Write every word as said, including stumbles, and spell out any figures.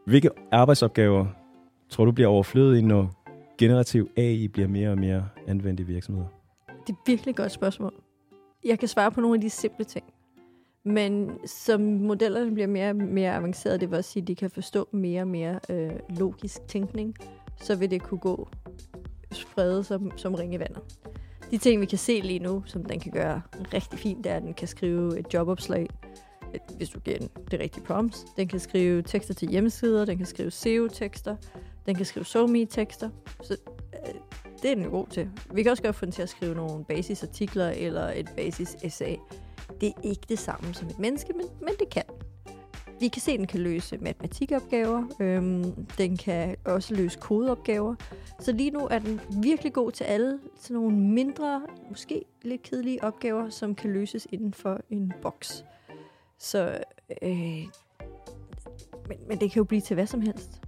Hvilke arbejdsopgaver tror du bliver overflødige, når generativ A I bliver mere og mere anvendt i virksomheder? Det er et virkelig godt spørgsmål. Jeg kan svare på nogle af de simple ting. Men som modellerne bliver mere og mere avancerede, det vil også sige, at de kan forstå mere og mere øh, logisk tænkning, så vil det kunne gå sprede som, som ringe i vandet. De ting, vi kan se lige nu, som den kan gøre rigtig fint, det er, at den kan skrive et jobopslag, hvis du giver den det rigtige prompts. Den kan skrive tekster til hjemmesider, den kan skrive S E O-tekster, den kan skrive SoMe-tekster. Så øh, det er den jo god til. Vi kan også godt få den til at skrive nogle basisartikler eller et basis-essay. Det er ikke det samme som et menneske, men, men det kan. Vi kan se, at den kan løse matematikopgaver. Øhm, den kan også løse kodeopgaver. Så lige nu er den virkelig god til alle sådan nogle mindre, måske lidt kedelige opgaver, som kan løses inden for en boks. Så, øh, men, men det kan jo blive til hvad som helst.